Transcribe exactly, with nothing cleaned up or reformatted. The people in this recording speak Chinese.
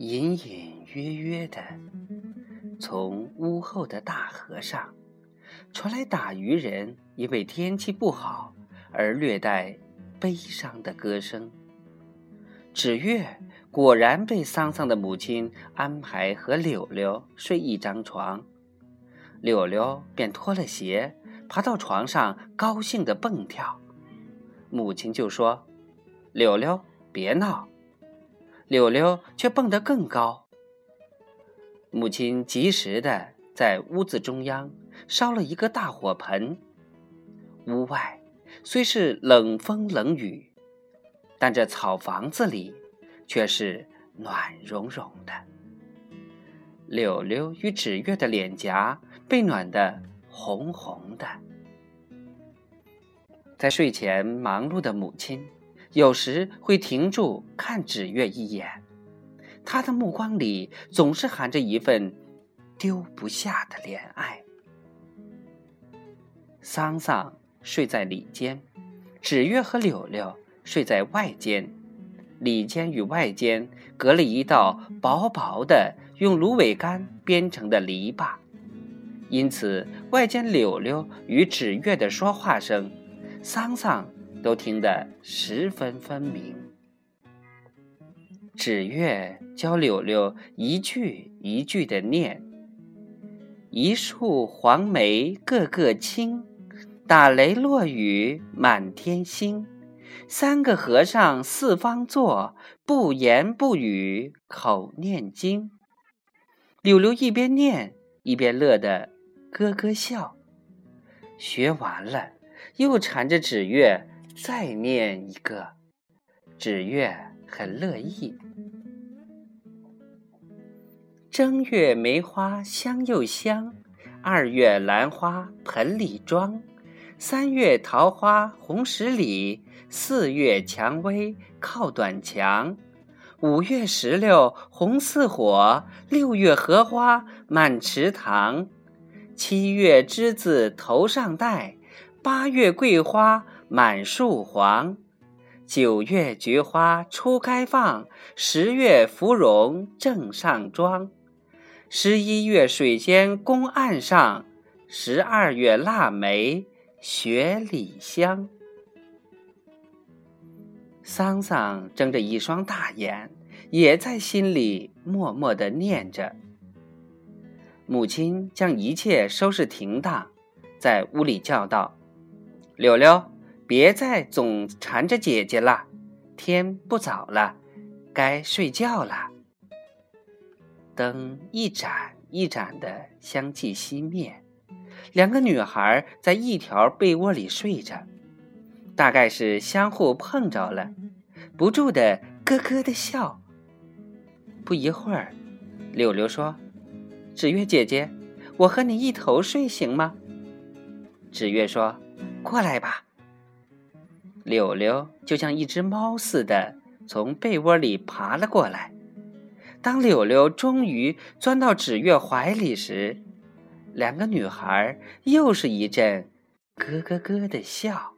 隐隐约约的，从屋后的大河上传来打渔人因为天气不好而略带悲伤的歌声。纸月果然被桑桑的母亲安排和柳柳睡一张床，柳柳便脱了鞋，爬到床上高兴地蹦跳。母亲就说：柳柳别闹，柳柳却蹦得更高。母亲及时地在屋子中央烧了一个大火盆，屋外虽是冷风冷雨，但这草房子里却是暖融融的。柳柳与纸月的脸颊被暖得红红的。在睡前忙碌的母亲有时会停住看纸月一眼，她的目光里总是含着一份丢不下的怜爱。桑桑睡在里间，纸月和柳柳睡在外间，里间与外间隔了一道薄薄的用芦苇干编成的篱笆，因此外间柳柳与纸月的说话声，桑桑都听得十分分明。纸月教柳柳一句一句地念：一树黄梅个个青，打雷落雨满天星，三个和尚四方坐，不言不语口念经。柳柳一边念一边乐得咯咯笑，学完了又缠着纸月再念一个，纸月很乐意。正月梅花香又香，二月兰花盆里装，三月桃花红十里，四月蔷薇靠短墙，五月石榴红似火，六月荷花满池塘，七月栀子头上戴，八月桂花满树黄，九月菊花初开放，十月芙蓉正上妆，十一月水仙宫岸上，十二月腊梅雪里香。桑桑睁着一双大眼，也在心里默默地念着。母亲将一切收拾停当，在屋里叫道：柳柳，别再总缠着姐姐了，天不早了，该睡觉了。灯一盏一盏的相继熄灭，两个女孩在一条被窝里睡着，大概是相互碰着了，不住地咯咯地笑。不一会儿，柳柳说：纸月姐姐，我和你一头睡行吗？纸月说：过来吧。柳柳就像一只猫似的从被窝里爬了过来。当柳柳终于钻到纸月怀里时，两个女孩又是一阵咯咯咯的笑。